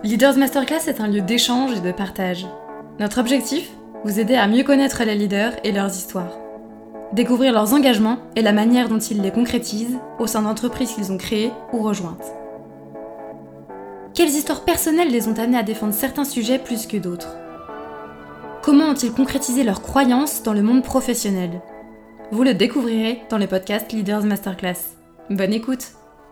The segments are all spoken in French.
Leaders Masterclass est un lieu d'échange et de partage. Notre objectif, vous aider à mieux connaître les leaders et leurs histoires. Découvrir leurs engagements et la manière dont ils les concrétisent au sein d'entreprises qu'ils ont créées ou rejointes. Quelles histoires personnelles les ont amenés à défendre certains sujets plus que d'autres? Comment ont-ils concrétisé leurs croyances dans le monde professionnel? Vous le découvrirez dans le podcast Leaders Masterclass. Bonne écoute!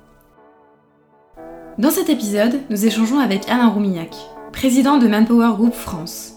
Dans cet épisode, nous échangeons avec Alain Roumillac, président de Manpower Group France.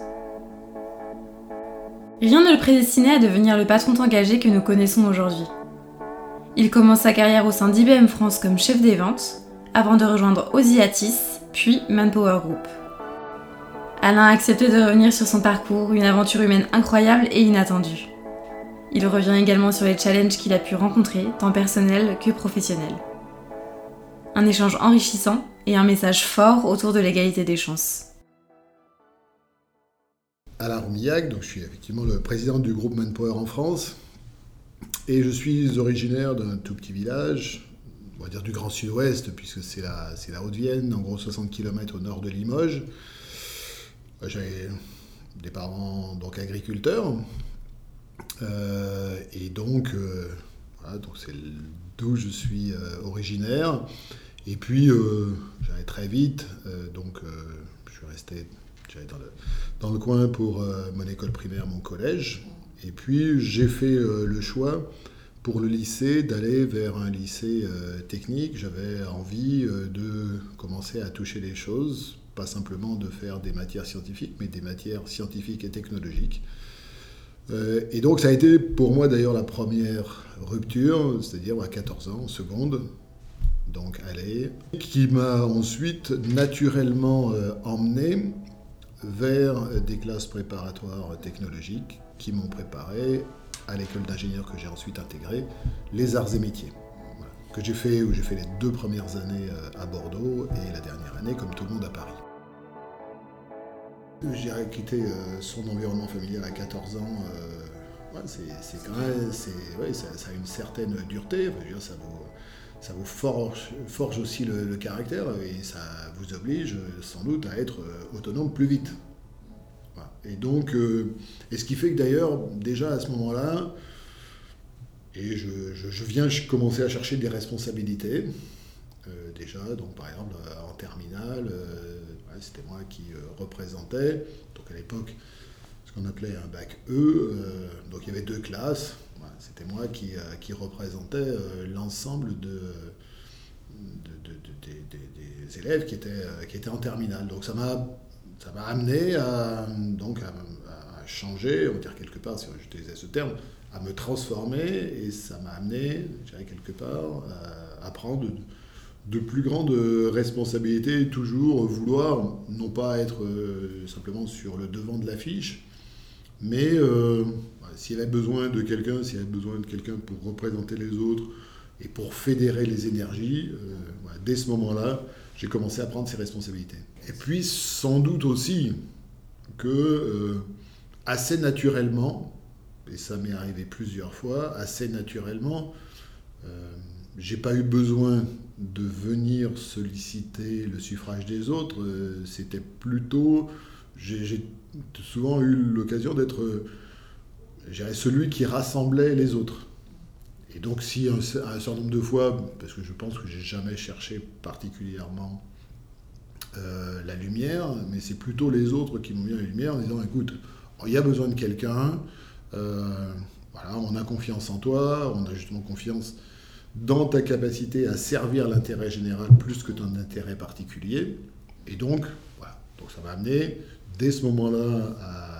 Rien ne le prédestinait à devenir le patron engagé que nous connaissons aujourd'hui. Il commence sa carrière au sein d'IBM France comme chef des ventes, avant de rejoindre Osiatis, puis Manpower Group. Alain a accepté de revenir sur son parcours, une aventure humaine incroyable et inattendue. Il revient également sur les challenges qu'il a pu rencontrer, tant personnels que professionnels. Un échange enrichissant et un message fort autour de l'égalité des chances. Alain Roumillac, donc je suis effectivement le président du groupe Manpower en France et je suis originaire d'un tout petit village, on va dire du Grand Sud-Ouest puisque c'est la Haute-Vienne, en gros 60 km au nord de Limoges. J'avais des parents donc agriculteurs et donc c'est d'où je suis originaire. Et puis, j'allais très vite, je suis resté dans le coin pour mon école primaire, mon collège. Et puis, j'ai fait le choix pour le lycée d'aller vers un lycée technique. J'avais envie de commencer à toucher les choses, pas simplement de faire des matières scientifiques, mais des matières scientifiques et technologiques. Et donc, ça a été pour moi d'ailleurs la première rupture, c'est-à-dire à 14 ans, en seconde. Donc qui m'a ensuite naturellement emmené vers des classes préparatoires technologiques qui m'ont préparé à l'école d'ingénieur que j'ai ensuite intégrée, les arts et métiers. Voilà. Où j'ai fait les 2 premières années à Bordeaux et la dernière année, comme tout le monde, à Paris. J'ai quitté son environnement familial à 14 ans. Ça a une certaine dureté. Ça vous forge aussi le caractère et ça vous oblige sans doute à être autonome plus vite. Voilà. Et donc, ce qui fait que d'ailleurs, déjà à ce moment-là, et je commençais à chercher des responsabilités. Déjà, donc par exemple en terminale, c'était moi qui représentais, donc à l'époque, ce qu'on appelait un bac E, donc il y avait 2 classes. C'était moi qui représentais l'ensemble des élèves qui étaient en terminale. Donc ça m'a amené à changer, on va dire quelque part, si j'utilisais ce terme, à me transformer, et ça m'a amené, je dirais quelque part, à prendre de plus grandes responsabilités, toujours vouloir, non pas être simplement sur le devant de l'affiche, mais s'il y avait besoin de quelqu'un, pour représenter les autres et pour fédérer les énergies, dès ce moment-là, j'ai commencé à prendre ces responsabilités. Et puis, sans doute aussi que, assez naturellement, et ça m'est arrivé plusieurs fois, assez naturellement, j'ai pas eu besoin de venir solliciter le suffrage des autres, c'était plutôt... J'ai souvent eu l'occasion d'être celui qui rassemblait les autres. Et donc si un certain nombre de fois, parce que je pense que j'ai jamais cherché particulièrement la lumière, mais c'est plutôt les autres qui m'ont mis la lumière en disant écoute, il y a besoin de quelqu'un, on a confiance en toi, on a justement confiance dans ta capacité à servir l'intérêt général plus que ton intérêt particulier. Et donc, donc ça m'a amené dès ce moment-là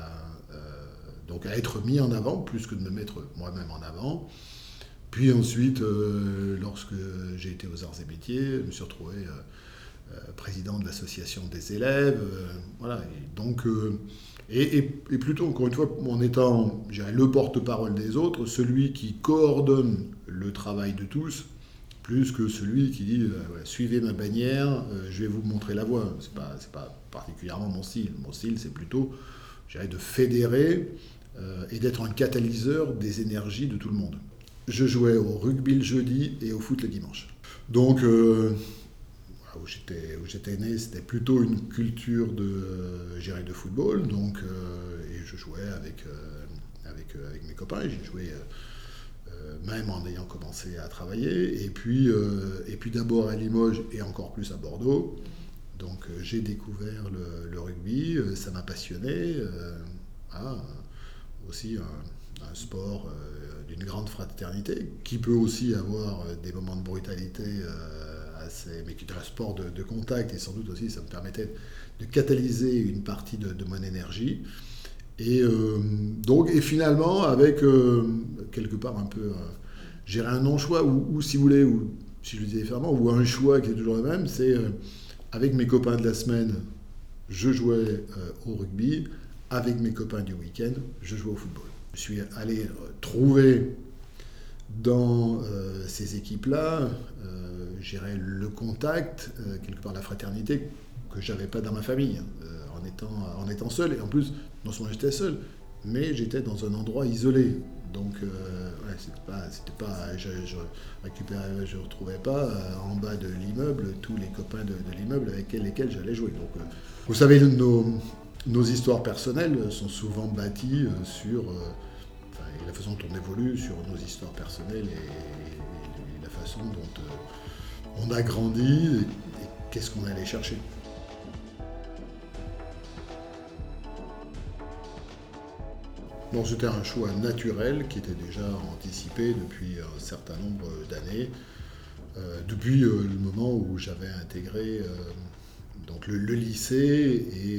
à être mis en avant, plus que de me mettre moi-même en avant. Puis ensuite, lorsque j'ai été aux arts et métiers, je me suis retrouvé président de l'association des élèves. Et plutôt, encore une fois, en étant le porte-parole des autres, celui qui coordonne le travail de tous, plus que celui qui dit suivez ma bannière, je vais vous montrer la voie. C'est pas particulièrement mon style. Mon style, c'est plutôt de fédérer et d'être un catalyseur des énergies de tout le monde. Je jouais au rugby le jeudi et au foot le dimanche. Donc où j'étais né, c'était plutôt une culture de football, donc, et je jouais avec mes copains, et j'ai joué même en ayant commencé à travailler, et puis d'abord à Limoges et encore plus à Bordeaux. Donc j'ai découvert le rugby, ça m'a passionné, aussi un sport d'une grande fraternité, qui peut aussi avoir des moments de brutalité mais qui est un sport de contact, et sans doute aussi ça me permettait de catalyser une partie de mon énergie. Et finalement, avec quelque part un peu, j'irais un non-choix, ou si vous voulez, ou si je le dis différemment, ou un choix qui est toujours le même, c'est avec mes copains de la semaine, je jouais au rugby, avec mes copains du week-end, je jouais au football. Je suis allé trouver dans ces équipes-là, j'irais le contact, quelque part la fraternité, que je n'avais pas dans ma famille, en étant seul. Et en plus, non seulement j'étais seul, mais j'étais dans un endroit isolé. Donc, je ne retrouvais pas en bas de l'immeuble tous les copains de l'immeuble avec lesquels j'allais jouer. Donc, vous savez, nos histoires personnelles sont souvent bâties sur la façon dont on évolue, sur nos histoires personnelles et la façon dont on a grandi et qu'est-ce qu'on allait chercher. Bon, c'était un choix naturel qui était déjà anticipé depuis un certain nombre d'années, depuis le moment où j'avais intégré donc le lycée et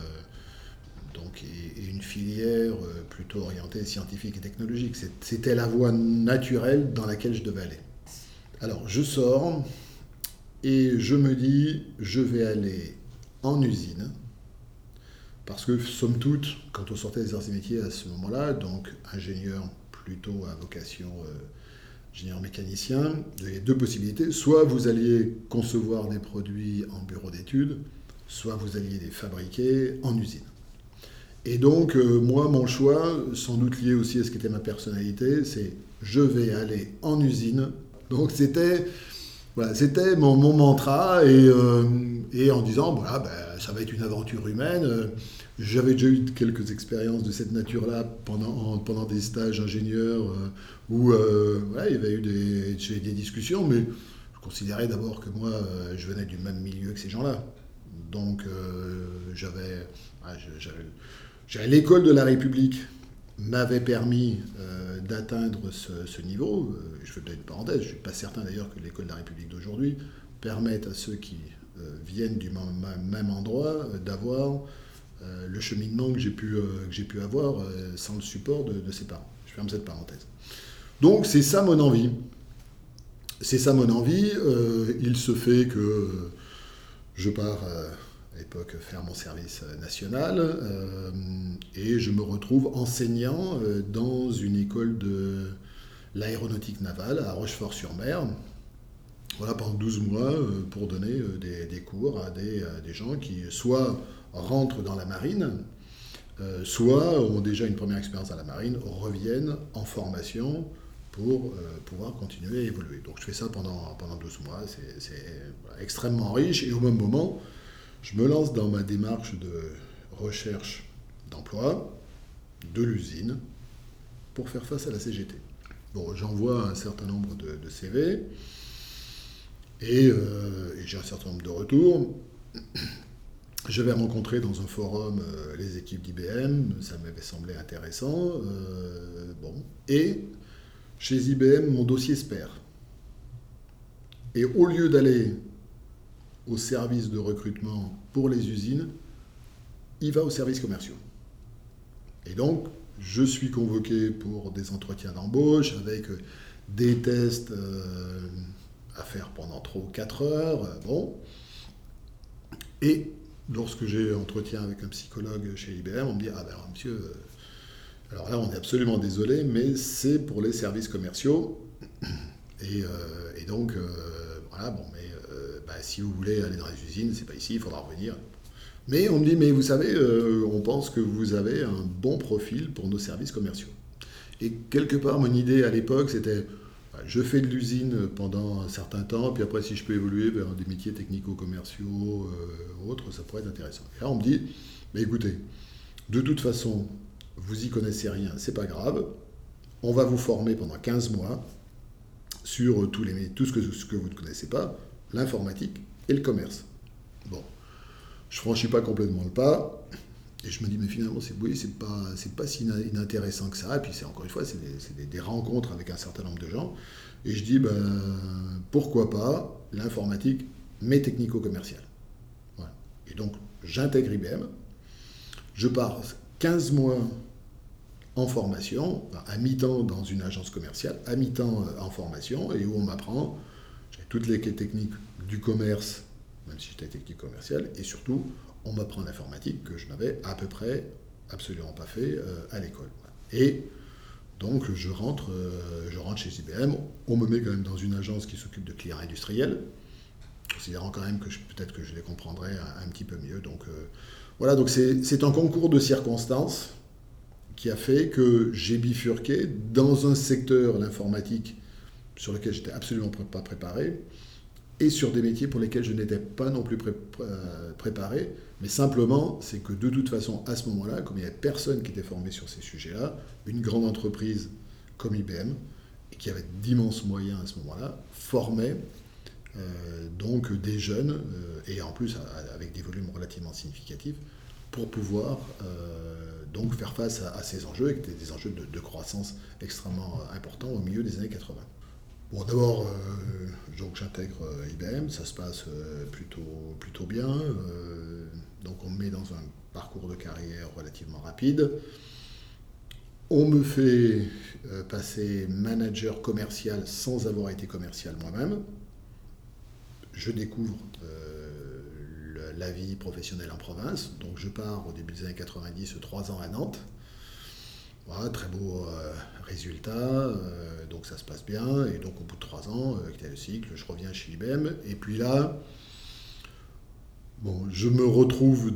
une filière plutôt orientée scientifique et technologique. C'était la voie naturelle dans laquelle je devais aller. Alors, je sors et je me dis, je vais aller en usine. Parce que, somme toute, quand on sortait des arts et métiers à ce moment-là, donc ingénieur plutôt à vocation ingénieur mécanicien, il y avait deux possibilités. Soit vous alliez concevoir des produits en bureau d'études, soit vous alliez les fabriquer en usine. Et donc, moi, mon choix, sans doute lié aussi à ce qu'était ma personnalité, c'est je vais aller en usine. Donc, c'était mon mantra, et en disant, ça va être une aventure humaine. J'avais déjà eu quelques expériences de cette nature-là pendant des stages ingénieurs où il y avait eu des discussions, mais je considérais d'abord que moi, je venais du même milieu que ces gens-là. Donc, j'avais l'école de la République m'avait permis d'atteindre ce niveau. Je fais peut-être une parenthèse, je ne suis pas certain d'ailleurs que l'école de la République d'aujourd'hui permette à ceux qui viennent du même endroit d'avoir le cheminement que j'ai pu avoir sans le support de ses parents. Je ferme cette parenthèse. Donc c'est ça mon envie. Il se fait que je pars à l'époque faire mon service national et je me retrouve enseignant dans une école de l'aéronautique navale à Rochefort-sur-Mer. Voilà, pendant 12 mois pour donner des cours à des gens qui soit rentrent dans la marine, soit ont déjà une première expérience à la marine, reviennent en formation pour pouvoir continuer à évoluer. Donc je fais ça pendant 12 mois, c'est extrêmement riche, et au même moment, je me lance dans ma démarche de recherche d'emploi de l'usine pour faire face à la CGT. Bon, j'envoie un certain nombre de CV et j'ai un certain nombre de retours. Je vais rencontrer dans un forum les équipes d'IBM, ça m'avait semblé intéressant. Et chez IBM, mon dossier se perd. Et au lieu d'aller au service de recrutement pour les usines, il va aux services commerciaux. Et donc, je suis convoqué pour des entretiens d'embauche avec des tests à faire pendant 3 ou 4 heures. Et lorsque j'ai entretien avec un psychologue chez IBM, on me dit « Ah ben monsieur, alors là on est absolument désolé, mais c'est pour les services commerciaux. » Et donc, si vous voulez aller dans les usines, c'est pas ici, il faudra revenir. Mais on me dit « Mais vous savez, on pense que vous avez un bon profil pour nos services commerciaux. » Et quelque part, mon idée à l'époque, c'était je fais de l'usine pendant un certain temps, puis après, si je peux évoluer vers des métiers technico-commerciaux autres, ça pourrait être intéressant. Et là, on me dit, mais écoutez, de toute façon, vous y connaissez rien, c'est pas grave, on va vous former pendant 15 mois sur tout ce que vous ne connaissez pas, l'informatique et le commerce. Bon, je franchis pas complètement le pas, et je me dis, mais finalement, c'est pas si inintéressant que ça, et puis encore une fois, c'est des rencontres avec un certain nombre de gens, et je dis, pourquoi pas l'informatique, mais technico-commerciale. Voilà. Et donc, j'intègre IBM, je pars 15 mois en formation, à mi-temps dans une agence commerciale, à mi-temps en formation, et où on m'apprend toutes les techniques du commerce, même si j'étais technique commerciale, et surtout, on m'apprend l'informatique que je n'avais à peu près absolument pas fait à l'école. Et donc, je rentre chez IBM, on me met quand même dans une agence qui s'occupe de clients industriels, considérant quand même que peut-être que je les comprendrais un petit peu mieux. Donc, voilà, donc c'est un concours de circonstances qui a fait que j'ai bifurqué dans un secteur, l'informatique, sur lequel je n'étais absolument pas préparé, et sur des métiers pour lesquels je n'étais pas non plus préparé, mais simplement, c'est que de toute façon, à ce moment-là, comme il n'y avait personne qui était formé sur ces sujets-là, une grande entreprise comme IBM, et qui avait d'immenses moyens à ce moment-là, formait donc des jeunes, et en plus avec des volumes relativement significatifs, pour pouvoir donc faire face à ces enjeux, et des enjeux de croissance extrêmement importants au milieu des années 80. Bon, d'abord, donc j'intègre IBM, ça se passe plutôt bien. Donc on me met dans un parcours de carrière relativement rapide. On me fait passer manager commercial sans avoir été commercial moi-même. Je découvre la vie professionnelle en province. Donc je pars au début des années 90, 3 ans à Nantes. Voilà, très beau résultat, donc ça se passe bien, et donc au bout de 3 ans, quitté le cycle, je reviens chez IBM, et puis là, bon, je me retrouve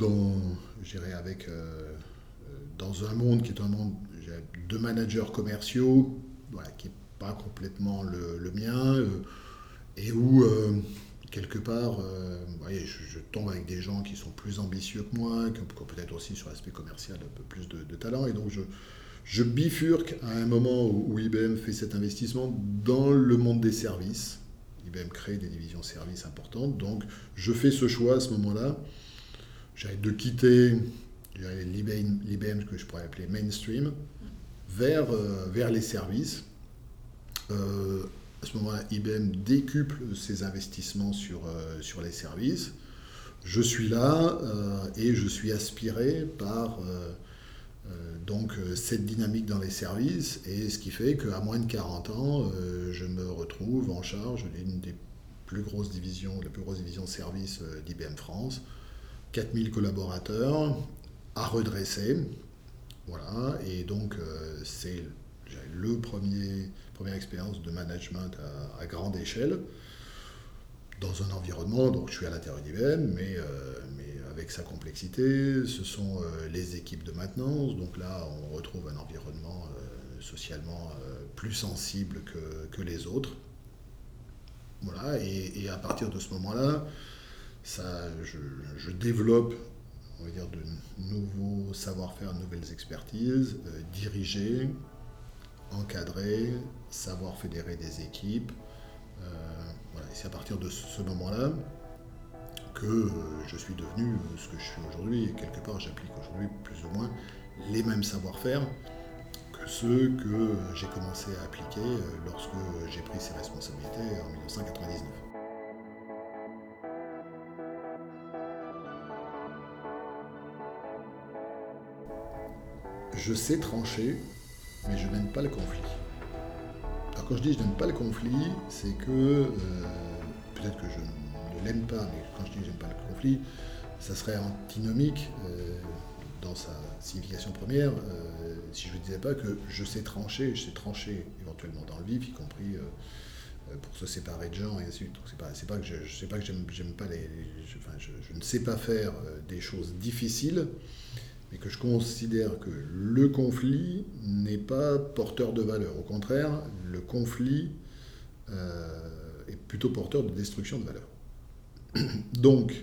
dans un monde qui est un monde de managers commerciaux, voilà, qui n'est pas complètement le mien, et où, quelque part, je tombe avec des gens qui sont plus ambitieux que moi, qui ont peut-être aussi sur l'aspect commercial un peu plus de talent, et donc je bifurque à un moment où IBM fait cet investissement dans le monde des services. IBM crée des divisions services importantes, donc je fais ce choix à ce moment-là, de quitter l'IBM que je pourrais appeler mainstream, vers les services. À ce moment-là, IBM décuple ses investissements sur les services. Je suis là et je suis aspiré par donc cette dynamique dans les services, et ce qui fait qu'à moins de 40 ans, je me retrouve en charge d'une des plus grosses divisions, la plus grosse division de services d'IBM France, 4000 collaborateurs à redresser, voilà, et donc c'est première expérience de management à grande échelle, dans un environnement, donc je suis à l'intérieur d'IBM, mais avec sa complexité, ce sont les équipes de maintenance, donc là on retrouve un environnement socialement plus sensible que les autres. Voilà, et à partir de ce moment-là, je développe, on va dire, de nouveaux savoir-faire, de nouvelles expertises, diriger, encadrer, savoir fédérer des équipes. Voilà, et c'est à partir de ce moment-là que je suis devenu ce que je suis aujourd'hui, et quelque part j'applique aujourd'hui plus ou moins les mêmes savoir-faire que ceux que j'ai commencé à appliquer lorsque j'ai pris ces responsabilités en 1999. Je sais trancher, mais je n'aime pas le conflit. Alors quand je dis je n'aime pas le conflit, c'est que peut-être que je ne l'aime pas, mais quand je dis j'aime pas le conflit, ça serait antinomique dans sa signification première si je ne disais pas que je sais trancher éventuellement dans le vif, y compris pour se séparer de gens et ainsi de suite. Donc c'est pas que j'aime pas je ne sais pas faire des choses difficiles, mais que je considère que le conflit n'est pas porteur de valeur. Au contraire, le conflit est plutôt porteur de destruction de valeur. Donc,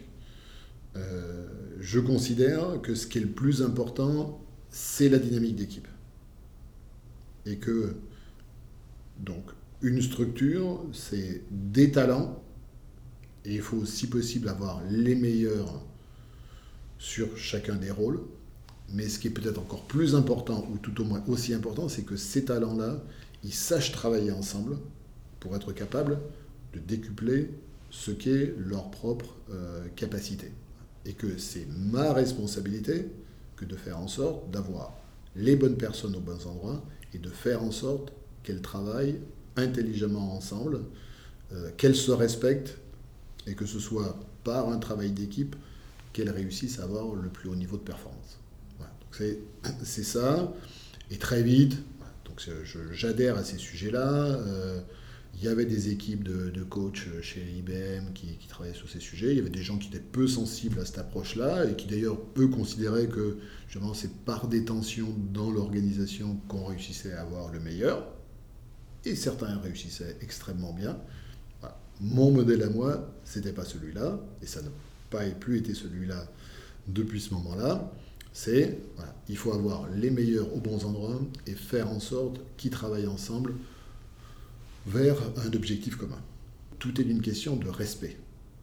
je considère que ce qui est le plus important, c'est la dynamique d'équipe. Et que, donc, une structure, c'est des talents, et il faut, si possible, avoir les meilleurs sur chacun des rôles. Mais ce qui est peut-être encore plus important, ou tout au moins aussi important, c'est que ces talents-là, ils sachent travailler ensemble pour être capables de décupler ce qu'est leur propre capacité. Et que c'est ma responsabilité que de faire en sorte d'avoir les bonnes personnes aux bons endroits et de faire en sorte qu'elles travaillent intelligemment ensemble, qu'elles se respectent et que ce soit par un travail d'équipe qu'elles réussissent à avoir le plus haut niveau de performance. Voilà. Donc c'est ça, et très vite, donc j'adhère à ces sujets-là. Il y avait des équipes de coachs chez IBM qui travaillaient sur ces sujets. Il y avait des gens qui étaient peu sensibles à cette approche-là et qui d'ailleurs, eux, considéraient que justement, c'est par des tensions dans l'organisation qu'on réussissait à avoir le meilleur. Et certains réussissaient extrêmement bien. Voilà. Mon modèle à moi, c'était pas celui-là, et ça n'a pas plus été celui-là depuis ce moment-là. C'est, voilà, il faut avoir les meilleurs aux bons endroits et faire en sorte qu'ils travaillent ensemble vers un objectif commun. Tout est une question de respect.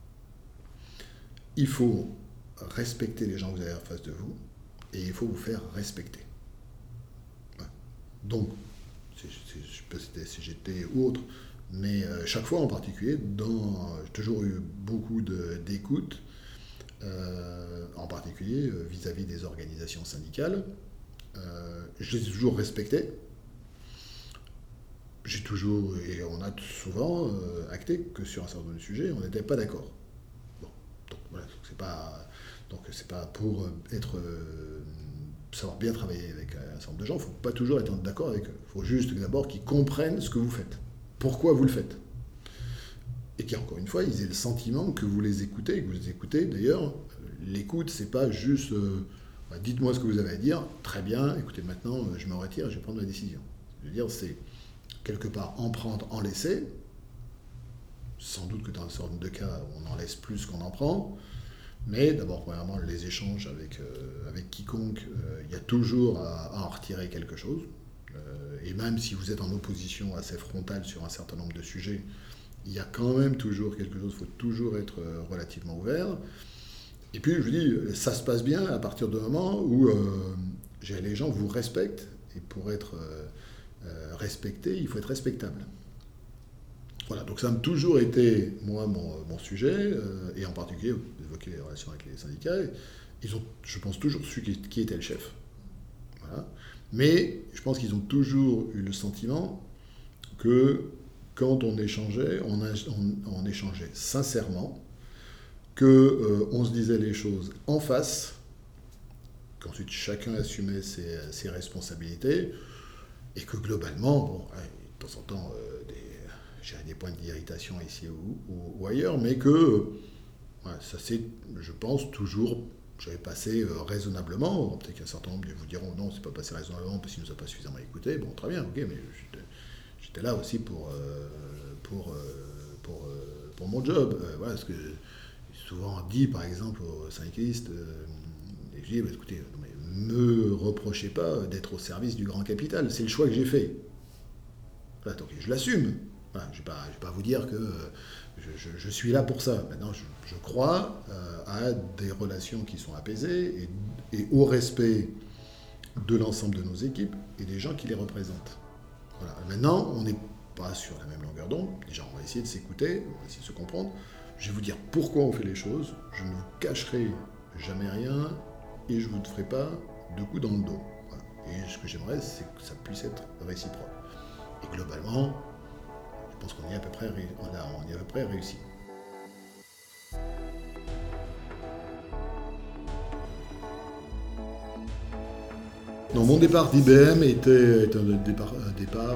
Il faut respecter les gens que vous avez en face de vous et il faut vous faire respecter. Voilà. Donc, je ne sais pas si c'était CGT ou autre, mais chaque fois en particulier, j'ai toujours eu beaucoup d'écoute, en particulier vis-à-vis des organisations syndicales. Je les ai toujours respectées. J'ai toujours, et on a souvent acté que sur un certain nombre de sujets, on n'était pas d'accord. Bon, donc voilà, c'est pas pour savoir bien travailler avec un certain nombre de gens, il ne faut pas toujours être d'accord avec eux. Il faut juste d'abord qu'ils comprennent ce que vous faites, pourquoi vous le faites. Et qu'encore une fois, ils aient le sentiment que vous les écoutez, et que vous les écoutez. D'ailleurs, l'écoute, c'est pas juste dites-moi ce que vous avez à dire, très bien, écoutez, maintenant je me retire, je vais prendre ma décision. Je veux dire, c'est quelque part en prendre, en laisser. Sans doute que dans un certain nombre de cas, on en laisse plus qu'on en prend. Mais d'abord, premièrement, les échanges avec quiconque, il y a toujours à en retirer quelque chose. Et même si vous êtes en opposition assez frontale sur un certain nombre de sujets, il y a quand même toujours quelque chose, il faut toujours être relativement ouvert. Et puis, je vous dis, ça se passe bien à partir du moment où les gens vous respectent. Et pour être respecté, il faut être respectable. Voilà, donc ça a toujours été, moi, mon sujet, et en particulier, vous évoquez les relations avec les syndicats, ils ont, je pense, toujours su qui était le chef. Voilà. Mais je pense qu'ils ont toujours eu le sentiment que quand on échangeait, on échangeait sincèrement, qu'on se disait les choses en face, qu'ensuite chacun assumait ses responsabilités, et que globalement, bon, de temps en temps, j'ai des points d'irritation ici ou ailleurs, mais que ça s'est, je pense, toujours, j'avais passé raisonnablement. Peut-être qu'un certain nombre vous diront non, c'est pas passé raisonnablement parce qu'il ne nous a pas suffisamment écouté. Bon, très bien, ok, mais j'étais là aussi pour mon job. Voilà, ce que j'ai souvent dit, par exemple, aux syndicalistes, je dis, écoutez, ne me reprochez pas d'être au service du grand capital, c'est le choix que j'ai fait. Voilà, donc je l'assume. Voilà, je ne vais pas vous dire que je suis là pour ça. Maintenant, je crois à des relations qui sont apaisées et au respect de l'ensemble de nos équipes et des gens qui les représentent. Voilà. Maintenant, on n'est pas sur la même longueur d'onde. Déjà, on va essayer de s'écouter, on va essayer de se comprendre. Je vais vous dire pourquoi on fait les choses. Je ne vous cacherai jamais rien et je ne vous ferai pas de coups dans le dos. Voilà. Et ce que j'aimerais, c'est que ça puisse être réciproque. Et globalement, je pense qu'on y est à peu près réussi. Non, mon départ d'IBM était un départ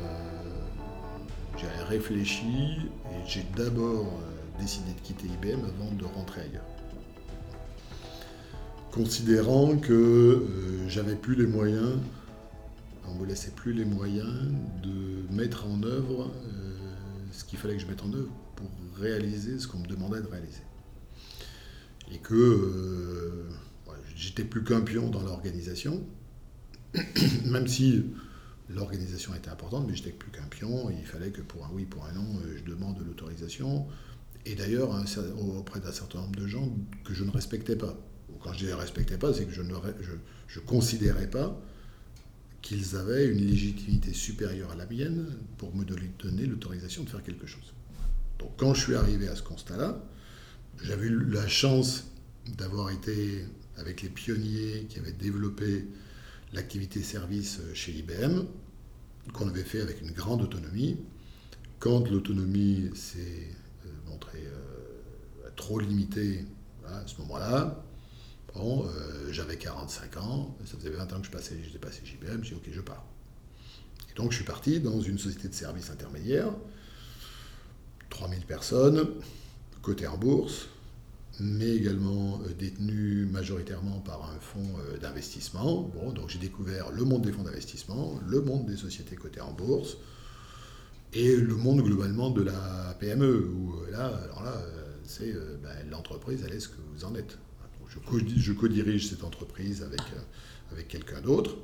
j'ai réfléchi et j'ai d'abord décidé de quitter IBM avant de rentrer ailleurs. Considérant que j'avais plus les moyens, on ne me laissait plus les moyens de mettre en œuvre ce qu'il fallait que je mette en œuvre pour réaliser ce qu'on me demandait de réaliser. Et que j'étais plus qu'un pion dans l'organisation, même si l'organisation était importante, mais j'étais plus qu'un pion, et il fallait que pour un oui, pour un non, je demande de l'autorisation, et d'ailleurs auprès d'un certain nombre de gens que je ne respectais pas. Quand je dis respectais pas, c'est que je ne considérais pas qu'ils avaient une légitimité supérieure à la mienne pour me donner l'autorisation de faire quelque chose. Donc quand je suis arrivé à ce constat-là, j'avais eu la chance d'avoir été avec les pionniers qui avaient développé l'activité service chez IBM, qu'on avait fait avec une grande autonomie. Quand l'autonomie s'est montrée trop limitée à ce moment-là, j'avais 45 ans, ça faisait 20 ans que j'étais passé chez IBM, j'ai dit ok, je pars. Et donc je suis parti dans une société de services intermédiaire, 3000 personnes, cotée en bourse, mais également détenu majoritairement par un fonds d'investissement. Bon, donc j'ai découvert le monde des fonds d'investissement, le monde des sociétés cotées en bourse, et le monde globalement de la PME, où c'est l'entreprise, elle est ce que vous en êtes. Donc, je co-dirige cette entreprise avec quelqu'un d'autre.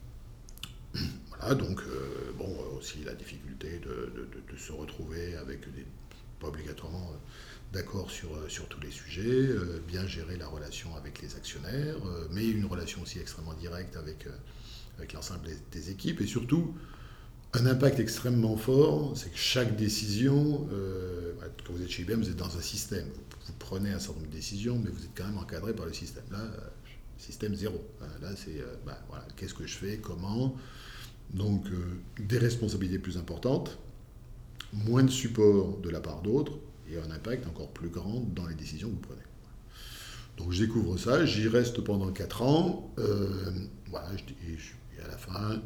Voilà, donc aussi la difficulté de se retrouver avec pas obligatoirement d'accord sur tous les sujets, bien gérer la relation avec les actionnaires, mais une relation aussi extrêmement directe avec l'ensemble des équipes, et surtout un impact extrêmement fort, c'est que chaque décision, quand vous êtes chez IBM, vous êtes dans un système, vous prenez un certain nombre de décisions, mais vous êtes quand même encadré par le système. Là, système zéro. Là, c'est qu'est-ce que je fais, comment. Donc, des responsabilités plus importantes, moins de support de la part d'autres, et un impact encore plus grand dans les décisions que vous prenez. Donc je découvre ça, j'y reste pendant 4 ans, et à la fin,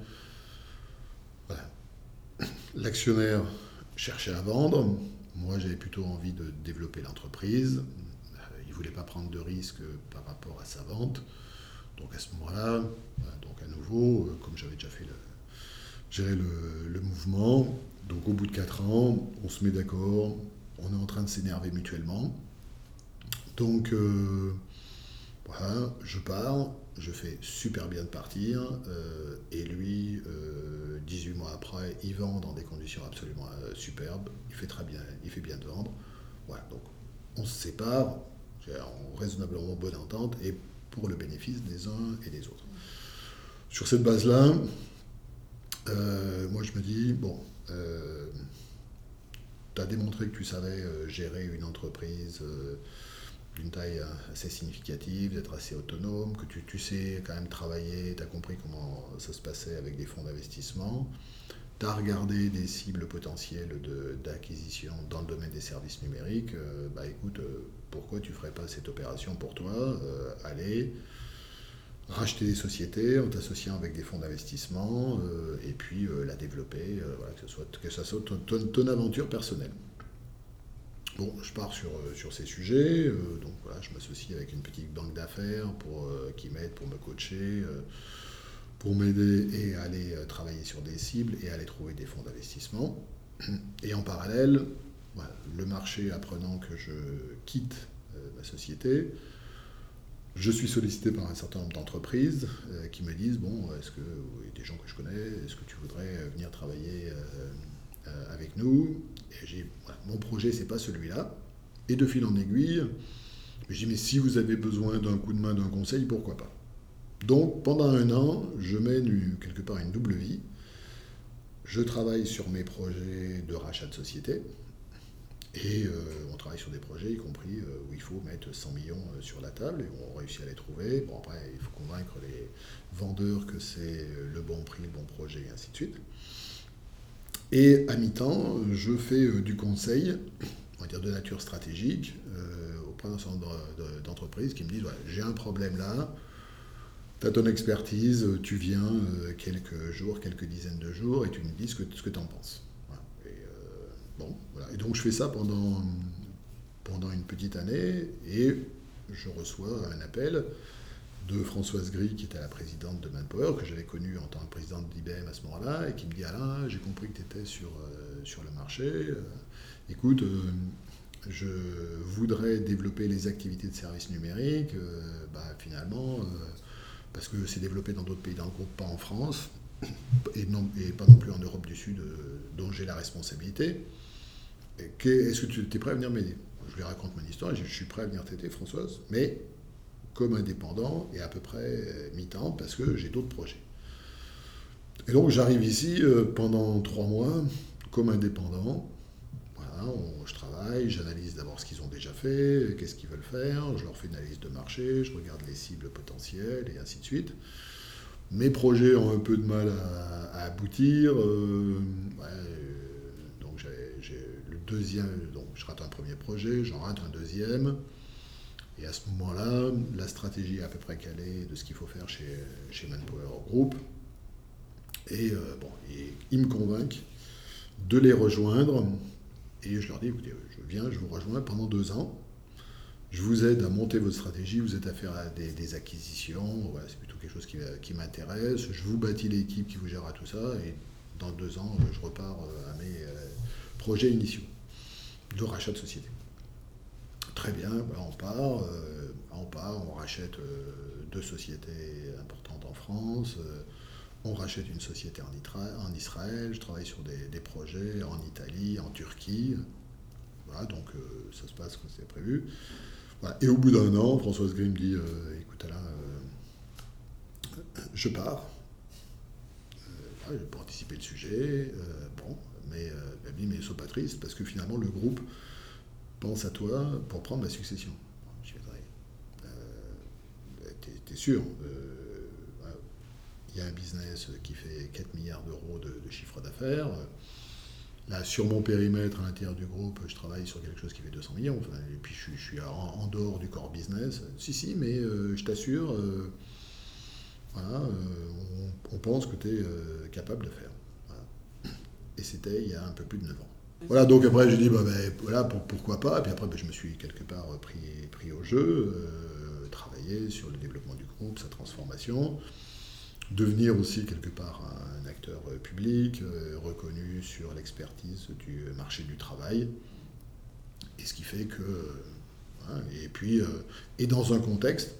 l'actionnaire cherchait à vendre, moi j'avais plutôt envie de développer l'entreprise, il ne voulait pas prendre de risques par rapport à sa vente, donc à ce moment-là, donc à nouveau, comme j'avais déjà fait gérer le mouvement, donc au bout de 4 ans, on se met d'accord, on est en train de s'énerver mutuellement. Donc, je pars, je fais super bien de partir, et lui, 18 mois après, il vend dans des conditions absolument superbes, il fait très bien, il fait bien de vendre. Voilà, donc on se sépare en raisonnablement bonne entente et pour le bénéfice des uns et des autres. Sur cette base-là, moi je me dis, tu as démontré que tu savais gérer une entreprise d'une taille assez significative, d'être assez autonome, que tu sais quand même travailler, tu as compris comment ça se passait avec des fonds d'investissement, tu as regardé des cibles potentielles d'acquisition dans le domaine des services numériques, écoute, pourquoi tu ne ferais pas cette opération pour toi, aller racheter des sociétés en t'associant avec des fonds d'investissement et puis la développer, que ça soit ton aventure personnelle. Bon, je pars sur ces sujets, donc voilà, je m'associe avec une petite banque d'affaires qui m'aide pour me coacher, pour m'aider et aller travailler sur des cibles et aller trouver des fonds d'investissement. Et en parallèle, le marché apprenant que je quitte ma société, je suis sollicité par un certain nombre d'entreprises qui me disent, est-ce que, des gens que je connais, est-ce que tu voudrais venir travailler avec nous? Et j'ai dit, mon projet, c'est pas celui-là. Et de fil en aiguille, je dis, mais si vous avez besoin d'un coup de main, d'un conseil, pourquoi pas? Donc, pendant 1 an, je mène quelque part une double vie. Je travaille sur mes projets de rachat de société. Et on travaille sur des projets, y compris où il faut mettre 100 millions sur la table, et on réussit à les trouver. Bon, après, il faut convaincre les vendeurs que c'est le bon prix, le bon projet, et ainsi de suite. Et à mi-temps, je fais du conseil, on va dire de nature stratégique, auprès d'un certain nombre d'entreprises qui me disent j'ai un problème là, tu as ton expertise, tu viens quelques jours, quelques dizaines de jours, et tu me dis ce que tu en penses. Voilà. Et donc je fais ça pendant une petite année, et je reçois un appel de Françoise Gris, qui était la présidente de Manpower, que j'avais connue en tant que présidente d'IBM à ce moment-là, et qui me dit: Alain, j'ai compris que tu étais sur le marché. Écoute, je voudrais développer les activités de services numériques. Finalement, parce que c'est développé dans d'autres pays dans le groupe, pas en France, et pas non plus en Europe du Sud, dont j'ai la responsabilité. Est-ce que tu es prêt à venir m'aider? Je lui raconte mon histoire, et je suis prêt à venir t'aider, Françoise, mais comme indépendant et à peu près mi-temps, parce que j'ai d'autres projets. Et donc j'arrive ici pendant 3 mois comme indépendant. Voilà, je travaille, j'analyse d'abord ce qu'ils ont déjà fait, qu'est-ce qu'ils veulent faire, je leur fais une analyse de marché, je regarde les cibles potentielles et ainsi de suite. Mes projets ont un peu de mal à aboutir. Donc j'ai le deuxième, donc je rate un premier projet, j'en rate un deuxième. Et à ce moment-là, la stratégie est à peu près calée de ce qu'il faut faire chez Manpower Group. Et ils me convainquent de les rejoindre. Et je leur dis: écoutez, je vous rejoins pendant 2 ans. Je vous aide à monter votre stratégie, vous aide à faire des acquisitions. Voilà, c'est plutôt quelque chose qui m'intéresse. Je vous bâtis l'équipe qui vous gérera tout ça. Et dans 2 ans, je repars à mes projets initiaux de rachat de société. Très bien, on part, on rachète 2 sociétés importantes en France, on rachète une société en Israël, je travaille sur des projets en Italie, en Turquie. Voilà, donc ça se passe comme c'est prévu. Voilà. Et au bout d'1 an, Françoise Gris me dit: écoute Alain, je pars. Voilà, j'ai pas anticipé le sujet, mais sois pas triste, parce que finalement le groupe pense à toi pour prendre la succession. Je dis: t'es sûr? Il y a un business qui fait 4 milliards d'euros de chiffre d'affaires. Là, sur mon périmètre, à l'intérieur du groupe, je travaille sur quelque chose qui fait 200 millions. Enfin, et puis je suis en dehors du core business. Si, mais je t'assure, on pense que tu es capable de faire. Voilà. Et c'était il y a un peu plus de 9 ans. Voilà, donc après j'ai dit pourquoi pas, et puis après je me suis quelque part pris au jeu, travailler sur le développement du groupe, sa transformation, devenir aussi quelque part un acteur public, reconnu sur l'expertise du marché du travail, et ce qui fait que, et dans un contexte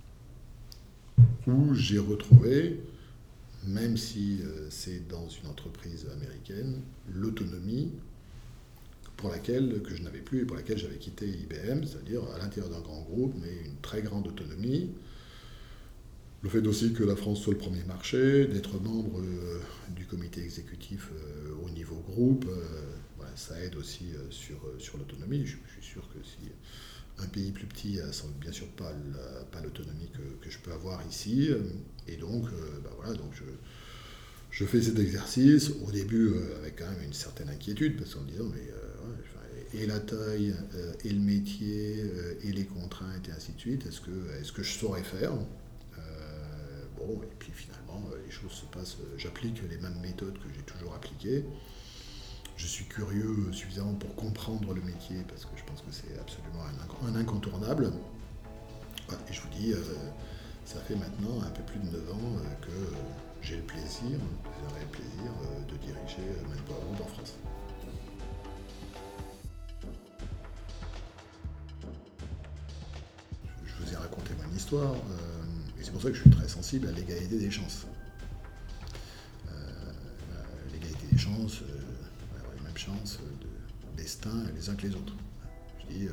où j'ai retrouvé, même si c'est dans une entreprise américaine, l'autonomie que je n'avais plus et pour laquelle j'avais quitté IBM, c'est-à-dire à l'intérieur d'un grand groupe, mais une très grande autonomie. Le fait aussi que la France soit le premier marché, d'être membre du comité exécutif au niveau groupe, ça aide aussi sur l'autonomie. Je suis sûr que si un pays plus petit n'a bien sûr pas l'autonomie que je peux avoir ici, et donc, donc je fais cet exercice, au début avec quand même une certaine inquiétude, parce qu'en me disant, et la taille, et le métier, et les contraintes, et ainsi de suite, est-ce que je saurais faire? Et puis finalement, les choses se passent, j'applique les mêmes méthodes que j'ai toujours appliquées. Je suis curieux suffisamment pour comprendre le métier, parce que je pense que c'est absolument un incontournable. Et je vous dis, ça fait maintenant un peu plus de 9 ans que j'aurai le plaisir de diriger Manpower Group en France. Je vous ai raconté mon histoire, et c'est pour ça que je suis très sensible à l'égalité des chances. L'égalité des chances, avoir les mêmes chances de destin les uns que les autres. Je dis,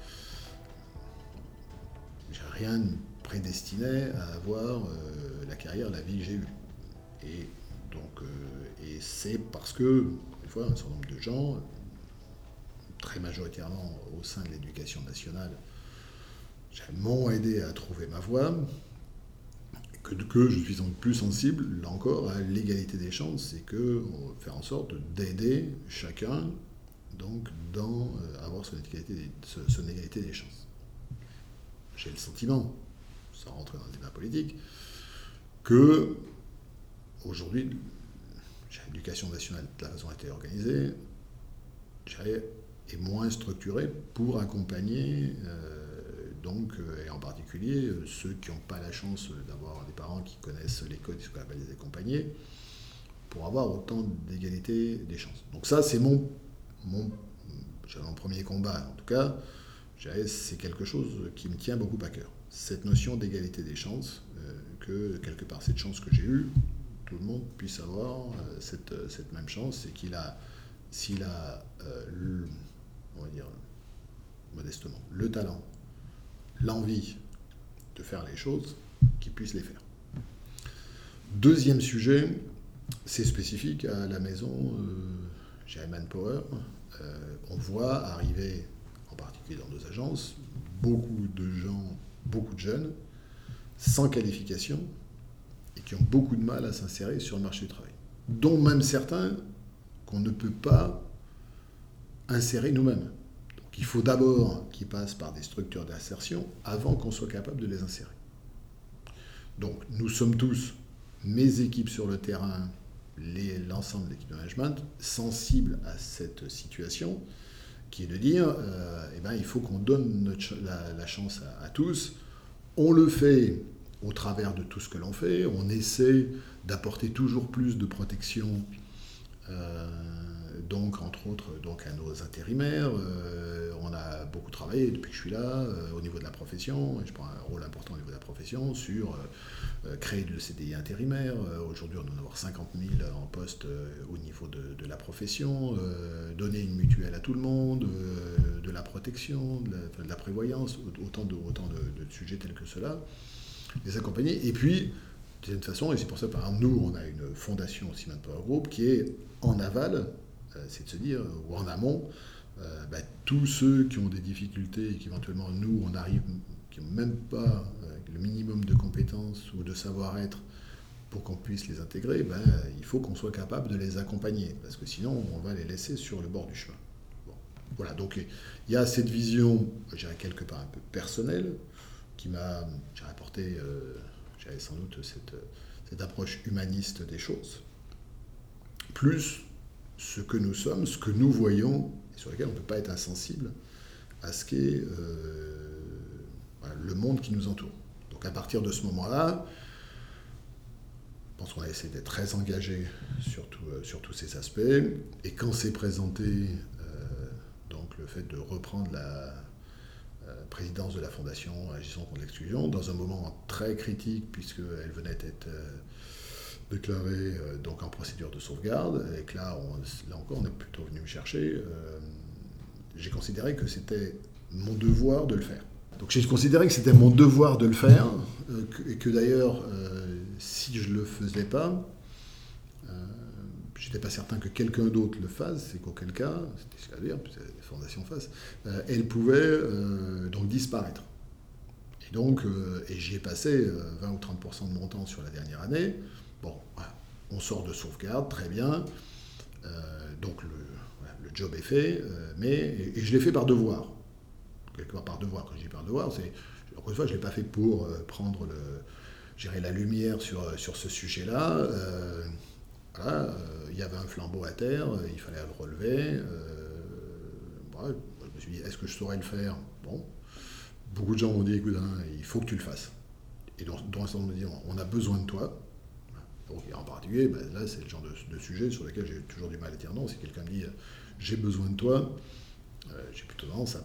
j'ai rien prédestiné à avoir la carrière, la vie que j'ai eue. Et donc, et c'est parce que, une fois, un certain nombre de gens, très majoritairement au sein de l'éducation nationale, m'ont aidé à trouver ma voie, que je suis plus sensible, là encore, à l'égalité des chances, c'est que faire en sorte d'aider chacun donc dans avoir son égalité des chances. J'ai le sentiment, sans rentrer dans le débat politique, que aujourd'hui, l'éducation nationale, de la façon dont elle est organisée, est moins structurée pour accompagner et en particulier ceux qui n'ont pas la chance d'avoir des parents qui connaissent les codes, ce qu'on appelle les accompagnés, pour avoir autant d'égalité des chances. Donc ça, c'est mon premier combat. En tout cas, c'est quelque chose qui me tient beaucoup à cœur. Cette notion d'égalité des chances, que quelque part, cette chance que j'ai eue, tout le monde puisse avoir cette même chance, et s'il a, on va dire modestement, le talent, l'envie de faire les choses, qu'il puisse les faire. Deuxième sujet, c'est spécifique à la maison Manpower. On voit arriver, en particulier dans nos agences, beaucoup de gens, beaucoup de jeunes, sans qualification, et qui ont beaucoup de mal à s'insérer sur le marché du travail. Dont même certains qu'on ne peut pas insérer nous-mêmes. Donc il faut d'abord qu'ils passent par des structures d'insertion avant qu'on soit capable de les insérer. Donc nous sommes tous, mes équipes sur le terrain, l'ensemble de l'équipe de management, sensibles à cette situation, qui est de dire, il faut qu'on donne la chance à tous. On le fait au travers de tout ce que l'on fait. On essaie d'apporter toujours plus de protection, donc entre autres à nos intérimaires. On a beaucoup travaillé depuis que je suis là au niveau de la profession, et je prends un rôle important au niveau de la profession sur créer le CDI intérimaire. Aujourd'hui, on doit en avoir 50 000 en poste au niveau de la profession, donner une mutuelle à tout le monde, de la protection, de la prévoyance, autant de sujets tels que cela, les accompagner. Et puis, de cette façon, et c'est pour ça, par exemple, nous, on a une fondation aussi, Manpower Group, qui est en aval, c'est de se dire, ou en amont, tous ceux qui ont des difficultés et qu'éventuellement, nous, on arrive, qui n'ont même pas le minimum de compétences ou de savoir-être pour qu'on puisse les intégrer, il faut qu'on soit capable de les accompagner, parce que sinon, on va les laisser sur le bord du chemin. Bon. Voilà, donc il y a cette vision, je dirais quelque part un peu personnelle, qui m'a apporté, j'avais sans doute cette approche humaniste des choses, plus ce que nous sommes, ce que nous voyons, et sur lequel on ne peut pas être insensible à ce qu'est le monde qui nous entoure. Donc à partir de ce moment-là, je pense qu'on a essayé d'être très engagé sur tous ces aspects, et quand s'est présenté donc le fait de reprendre la présidence de la Fondation Agissons contre l'exclusion, dans un moment très critique, puisqu'elle venait d'être déclarée donc en procédure de sauvegarde, et que là encore, on est plutôt venu me chercher. J'ai considéré que c'était mon devoir de le faire. Donc j'ai considéré que c'était mon devoir de le faire, et que d'ailleurs, si je ne le faisais pas, je n'étais pas certain que quelqu'un d'autre le fasse, c'est qu'auquel cas, c'était ce qu'à dire, que la Fondation fasse, elle pouvait donc disparaître. Et donc, j'y ai passé 20 ou 30% de mon temps sur la dernière année. Bon, voilà, on sort de sauvegarde, très bien, donc le job est fait, et je l'ai fait par devoir. Quelque part par devoir, quand je dis par devoir, c'est, encore une fois, je ne l'ai pas fait pour prendre la lumière sur ce sujet-là. Voilà, il y avait un flambeau à terre, il fallait le relever. Voilà, je me suis dit, est-ce que je saurais le faire? Bon, beaucoup de gens m'ont dit, écoute, il faut que tu le fasses. Et donc, on me dit, on a besoin de toi. Donc, en particulier, là, c'est le genre de sujet sur lequel j'ai toujours du mal à dire non. Si quelqu'un me dit, j'ai besoin de toi, j'ai plutôt tendance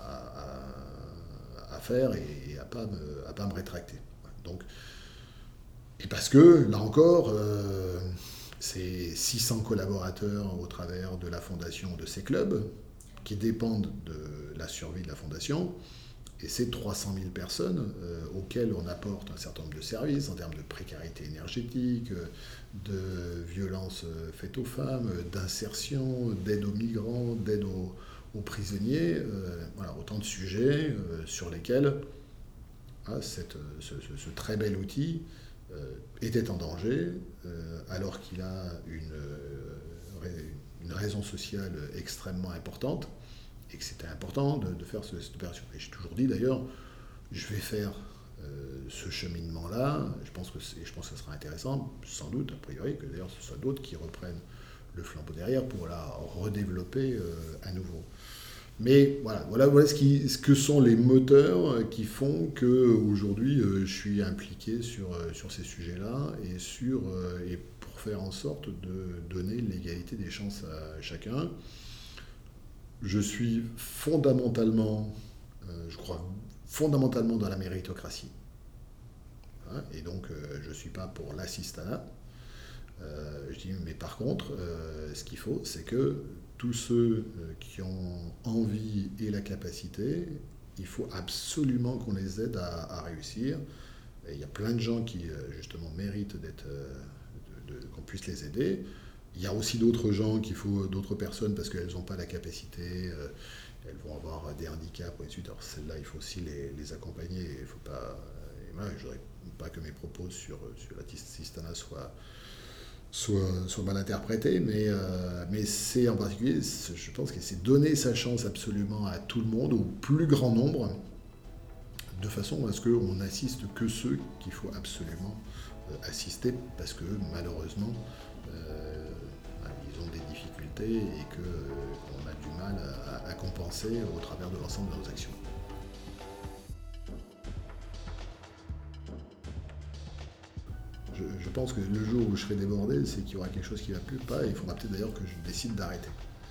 à faire et à pas me rétracter. Donc, et parce que, là encore, c'est 600 collaborateurs au travers de la fondation, de ces clubs, qui dépendent de la survie de la fondation, et c'est 300 000 personnes auxquelles on apporte un certain nombre de services en termes de précarité énergétique, de violences faites aux femmes, d'insertion, d'aide aux migrants, d'aide aux prisonniers, voilà, autant de sujets sur lesquels ce très bel outil était en danger, alors qu'il a une raison sociale extrêmement importante, et que c'était important de faire cette opération. Et j'ai toujours dit d'ailleurs, je vais faire ce cheminement-là, je pense que ça sera intéressant, sans doute, a priori, que d'ailleurs ce soit d'autres qui reprennent le flambeau derrière pour la redévelopper à nouveau. Mais voilà ce que sont les moteurs qui font qu'aujourd'hui je suis impliqué sur ces sujets-là et pour faire en sorte de donner l'égalité des chances à chacun. Je suis fondamentalement, je crois fondamentalement dans la méritocratie. Hein, et donc je ne suis pas pour l'assistanat. Je dis, mais par contre, ce qu'il faut, c'est que tous ceux qui ont envie et la capacité, il faut absolument qu'on les aide à réussir. Et il y a plein de gens qui, justement, méritent qu'on puisse les aider. Il y a aussi d'autres gens qu'il faut, d'autres personnes, parce qu'elles n'ont pas la capacité, elles vont avoir des handicaps, et ainsi de suite. Alors celles-là, il faut aussi les accompagner. Il faut pas, et moi, je ne voudrais pas que mes propos sur l'assistanat soient mal interprétés, mais c'est en particulier, je pense que c'est donner sa chance absolument à tout le monde, au plus grand nombre, de façon à ce qu'on n'assiste que ceux qu'il faut absolument assister, parce que malheureusement, ils ont des difficultés et qu'on a du mal à compenser au travers de l'ensemble de nos actions. Je pense que le jour où je serai débordé, c'est qu'il y aura quelque chose qui ne va plus pas, et il faudra peut-être d'ailleurs que je décide d'arrêter.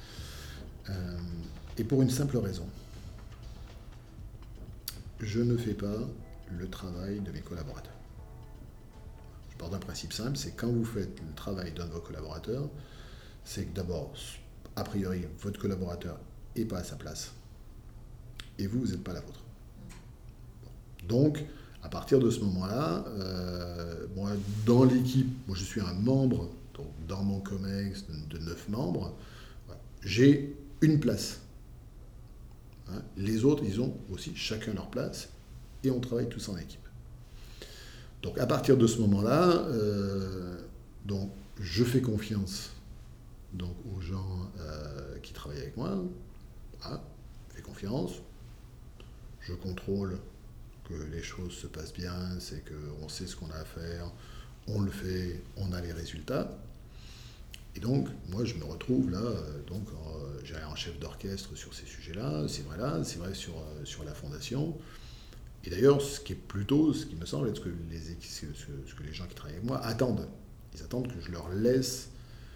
Et pour une simple raison. Je ne fais pas le travail de mes collaborateurs. Je pars d'un principe simple, c'est quand vous faites le travail d'un de vos collaborateurs, c'est que d'abord, a priori, votre collaborateur n'est pas à sa place, et vous n'êtes pas la vôtre. Donc, à partir de ce moment-là, moi, dans l'équipe, moi je suis un membre, donc dans mon COMEX de 9 membres, j'ai une place. Hein, les autres, ils ont aussi chacun leur place et on travaille tous en équipe. Donc à partir de ce moment-là, donc, je fais confiance donc, aux gens qui travaillent avec moi. Hein, je fais confiance, je contrôle que les choses se passent bien, c'est qu'on sait ce qu'on a à faire, on le fait, on a les résultats. Et donc, moi, je me retrouve là, en chef d'orchestre sur ces sujets-là, c'est vrai sur la fondation. Et d'ailleurs, ce qui me semble être ce que les gens qui travaillent avec moi attendent. Ils attendent que je leur laisse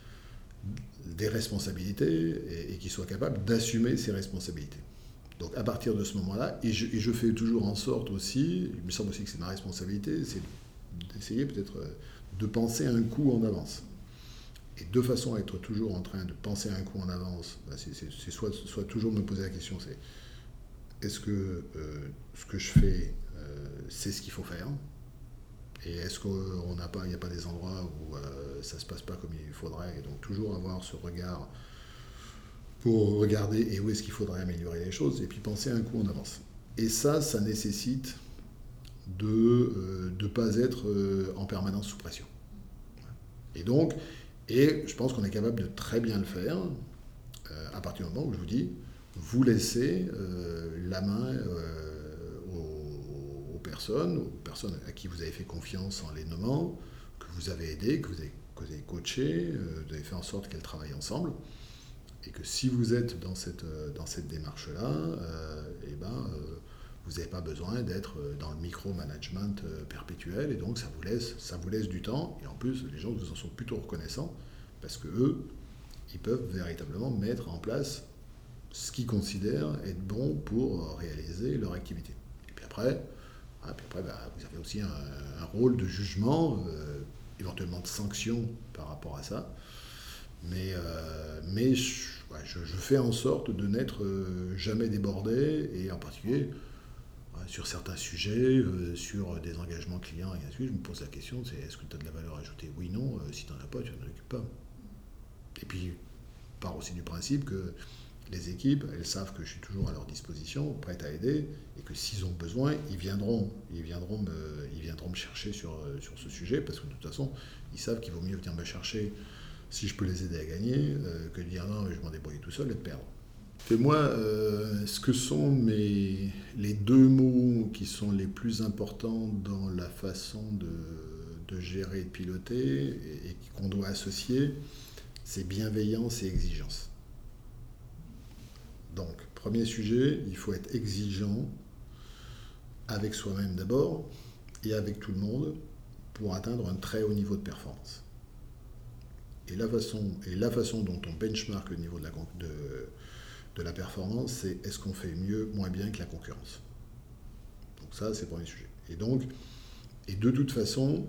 des responsabilités et qu'ils soient capables d'assumer ces responsabilités. Donc à partir de ce moment-là, et je fais toujours en sorte aussi, il me semble aussi que c'est ma responsabilité, c'est d'essayer peut-être de penser un coup en avance. Et de façon à être toujours en train de penser un coup en avance, c'est soit toujours me poser la question, c'est est-ce que ce que je fais, c'est ce qu'il faut faire? Et est-ce qu'il n'y a pas des endroits où ça ne se passe pas comme il faudrait? Et donc toujours avoir ce regard pour regarder et où est-ce qu'il faudrait améliorer les choses, et puis penser un coup en avance. Et ça nécessite de ne pas être en permanence sous pression. Et donc, je pense qu'on est capable de très bien le faire à partir du moment où je vous dis, vous laissez la main aux personnes à qui vous avez fait confiance en les nommant, que vous avez aidé, que vous avez coaché, vous avez fait en sorte qu'elles travaillent ensemble. Et que si vous êtes dans cette démarche-là, vous n'avez pas besoin d'être dans le micro-management perpétuel, et donc ça vous laisse du temps, et en plus les gens vous en sont plutôt reconnaissants, parce qu'eux, ils peuvent véritablement mettre en place ce qu'ils considèrent être bon pour réaliser leur activité. Et puis après vous avez aussi un rôle de jugement, éventuellement de sanction par rapport à ça. Mais je fais en sorte de n'être jamais débordé, et en particulier sur certains sujets, sur des engagements clients et ainsi de suite, je me pose la question, c'est est-ce que tu as de la valeur ajoutée? Oui, non, si tu n'en as pas, tu n'en occupes pas. Et puis, je pars aussi du principe que les équipes, elles savent que je suis toujours à leur disposition, prête à aider, et que s'ils ont besoin, ils viendront me chercher sur ce sujet, parce que de toute façon, ils savent qu'il vaut mieux venir me chercher si je peux les aider à gagner, que de dire non, mais je m'en débrouille tout seul et de perdre. Et moi, ce que sont les deux mots qui sont les plus importants dans la façon de gérer et de piloter, et qu'on doit associer, c'est bienveillance et exigence. Donc, Premier sujet, il faut être exigeant avec soi-même d'abord et avec tout le monde pour atteindre un très haut niveau de performance. Et la façon dont on benchmark le niveau de la performance, c'est est-ce qu'on fait mieux, moins bien que la concurrence. Donc ça, c'est le premier sujet. Et de toute façon,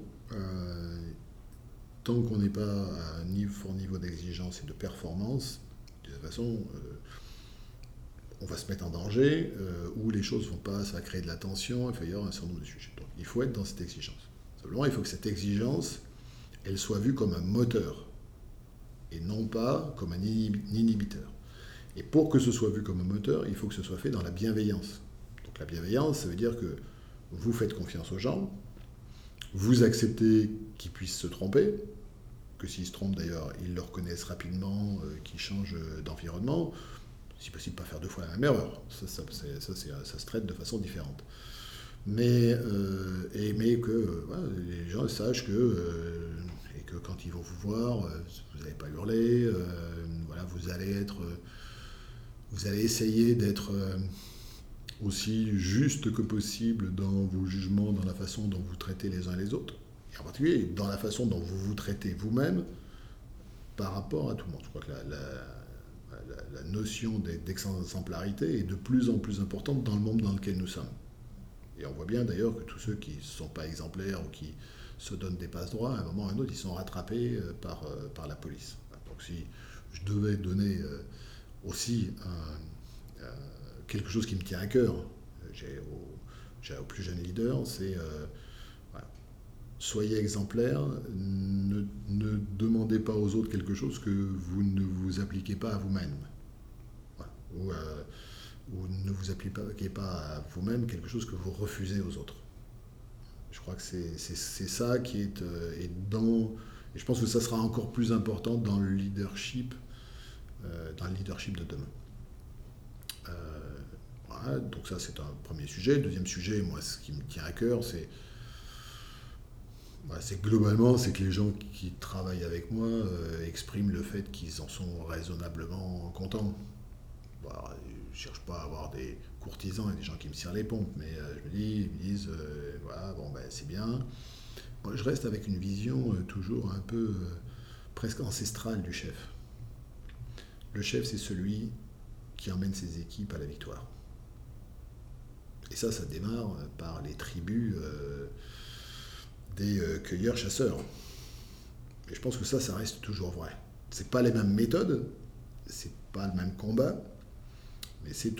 tant qu'on n'est pas à un fort niveau d'exigence et de performance, de toute façon, on va se mettre en danger, ou les choses vont pas, ça va créer de la tension, il va y avoir un certain nombre de sujets. Donc il faut être dans cette exigence. Simplement, il faut que cette exigence, elle soit vue comme un moteur, et non pas comme un inhibiteur. Et pour que ce soit vu comme un moteur, il faut que ce soit fait dans la bienveillance. Donc la bienveillance, ça veut dire que vous faites confiance aux gens, vous acceptez qu'ils puissent se tromper, que s'ils se trompent d'ailleurs, ils le reconnaissent rapidement, qu'ils changent d'environnement, si possible pas faire 2 fois la même erreur. Ça se traite de façon différente. Mais que voilà, les gens sachent que quand ils vont vous voir, vous n'allez pas hurler, voilà, vous allez essayer d'être aussi juste que possible dans vos jugements, dans la façon dont vous traitez les uns les autres, et en particulier dans la façon dont vous vous traitez vous-même par rapport à tout le monde. Je crois que la notion d'exemplarité est de plus en plus importante dans le monde dans lequel nous sommes. Et on voit bien d'ailleurs que tous ceux qui ne sont pas exemplaires ou qui se donnent des passe-droits, à un moment ou à un autre, ils sont rattrapés par la police. Donc si je devais donner aussi quelque chose qui me tient à cœur, aux plus jeunes leaders, c'est voilà, soyez exemplaires, ne demandez pas aux autres quelque chose que vous ne vous appliquez pas à vous-même. Voilà. Ou ne vous appliquez pas à vous-même quelque chose que vous refusez aux autres. Je crois que c'est ça qui est et je pense que ça sera encore plus important dans le leadership de demain. Voilà, donc ça c'est un premier sujet. Deuxième sujet, moi ce qui me tient à cœur, c'est globalement, c'est que les gens qui travaillent avec moi expriment le fait qu'ils en sont raisonnablement contents. Bon, alors, je ne cherche pas à avoir des courtisans et des gens qui me tirent les pompes, mais ils me disent, voilà, bon ben c'est bien. Moi je reste avec une vision toujours un peu presque ancestrale du chef. Le chef, c'est celui qui emmène ses équipes à la victoire. Et ça démarre par les tribus des cueilleurs-chasseurs. Et je pense que ça reste toujours vrai. C'est pas les mêmes méthodes, c'est pas le même combat, mais c'est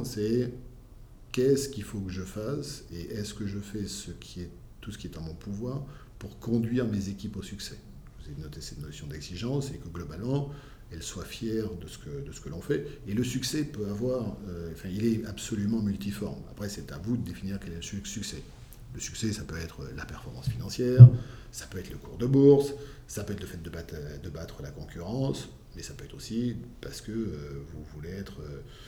qu'est-ce qu'il faut que je fasse et est-ce que je fais tout ce qui est en mon pouvoir pour conduire mes équipes au succès. Vous avez noté cette notion d'exigence et que globalement, elles soient fières de ce que l'on fait. Et le succès peut avoir, il est absolument multiforme. Après, c'est à vous de définir quel est le succès. Le succès, ça peut être la performance financière, ça peut être le cours de bourse, ça peut être le fait de battre la concurrence, mais ça peut être aussi parce que vous voulez être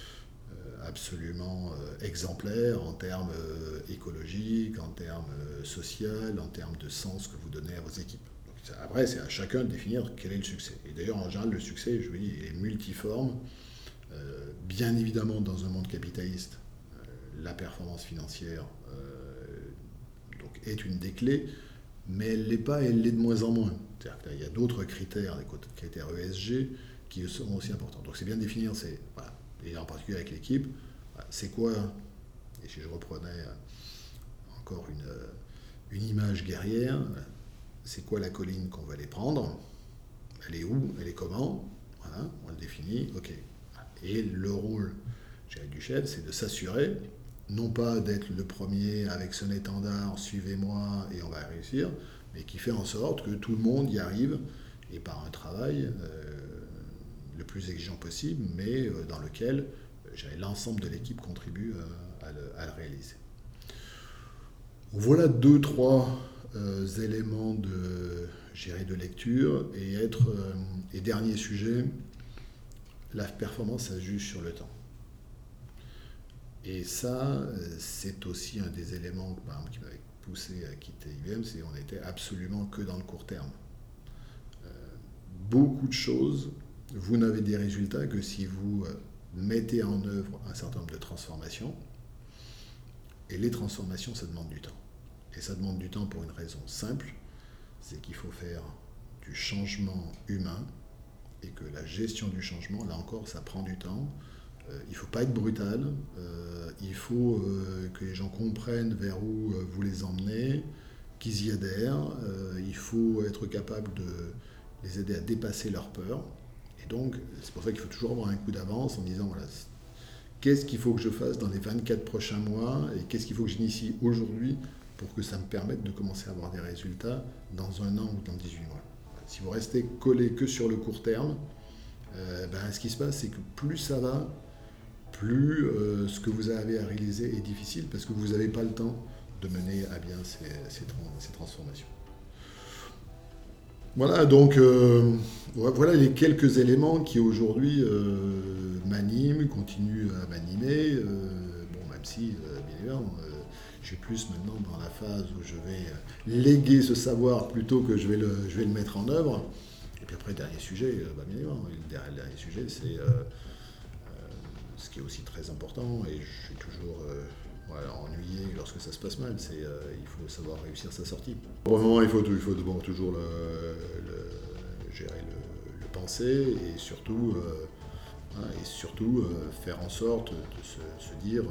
absolument exemplaire en termes écologiques, en termes sociaux, en termes de sens que vous donnez à vos équipes. Donc, après, c'est à chacun de définir quel est le succès. Et d'ailleurs, en général, le succès, je vous dis, est multiforme. Bien évidemment, dans un monde capitaliste, la performance financière donc est une des clés, mais elle ne l'est pas et elle l'est de moins en moins. C'est-à-dire qu'il y a d'autres critères, des critères ESG, qui sont aussi importants. Donc c'est bien de définir, voilà, et en particulier avec l'équipe, c'est quoi, et si je reprenais encore une image guerrière, c'est quoi la colline qu'on va aller prendre, elle est où, elle est comment, voilà, on le définit, ok. Et le rôle du chef, c'est de s'assurer, non pas d'être le premier avec son étendard, suivez-moi et on va réussir, mais qui fait en sorte que tout le monde y arrive, et par un travail le plus exigeant possible, mais dans lequel l'ensemble de l'équipe contribue à le réaliser. Voilà 2-3 éléments de lecture, et dernier sujet, la performance, ça se juge sur le temps. Et ça, c'est aussi un des éléments par exemple, qui m'avait poussé à quitter IBM, c'est qu'on n'était absolument que dans le court terme. Beaucoup de choses, vous n'avez des résultats que si vous mettez en œuvre un certain nombre de transformations. Et les transformations, ça demande du temps. Et ça demande du temps pour une raison simple, c'est qu'il faut faire du changement humain et que la gestion du changement, là encore, ça prend du temps. Il ne faut pas être brutal, il faut que les gens comprennent vers où vous les emmenez, qu'ils y adhèrent, il faut être capable de les aider à dépasser leurs peurs. Et donc, c'est pour ça qu'il faut toujours avoir un coup d'avance en disant, voilà, qu'est-ce qu'il faut que je fasse dans les 24 prochains mois et qu'est-ce qu'il faut que j'initie aujourd'hui pour que ça me permette de commencer à avoir des résultats dans un an ou dans 18 mois. Si vous restez collé que sur le court terme, ce qui se passe, c'est que plus ça va, plus ce que vous avez à réaliser est difficile parce que vous n'avez pas le temps de mener à bien ces transformations. Voilà, donc voilà les quelques éléments qui aujourd'hui m'animent, continuent à m'animer. Même si, bien évidemment, je suis plus maintenant dans la phase où je vais léguer ce savoir plutôt que je vais le mettre en œuvre. Et puis après, dernier sujet, bien évidemment, le dernier sujet, c'est ce qui est aussi très important, et je suis toujours ennuyé lorsque ça se passe mal, c'est il faut savoir réussir sa sortie. Pour le moment, il faut d'abord toujours gérer le penser, et surtout faire en sorte de se dire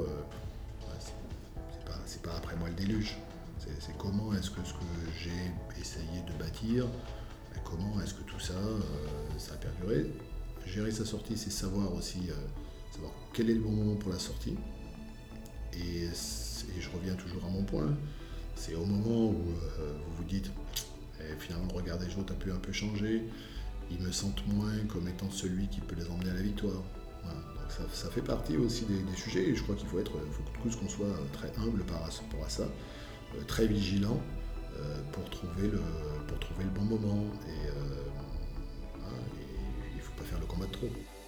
c'est pas après moi le déluge, c'est comment est-ce que ce que j'ai essayé de bâtir, comment est-ce que tout ça, ça a perduré. Gérer sa sortie, c'est savoir aussi savoir quel est le bon moment pour la sortie. Et je reviens toujours à mon point, c'est au moment où vous vous dites finalement, regardez, l'autre a pu un peu changer, ils me sentent moins comme étant celui qui peut les emmener à la victoire. Voilà. Donc ça fait partie aussi des sujets, et je crois qu'il faut tous qu'on soit très humble par rapport à ça, très vigilant pour trouver le bon moment. Et il ne faut pas faire le combat de trop.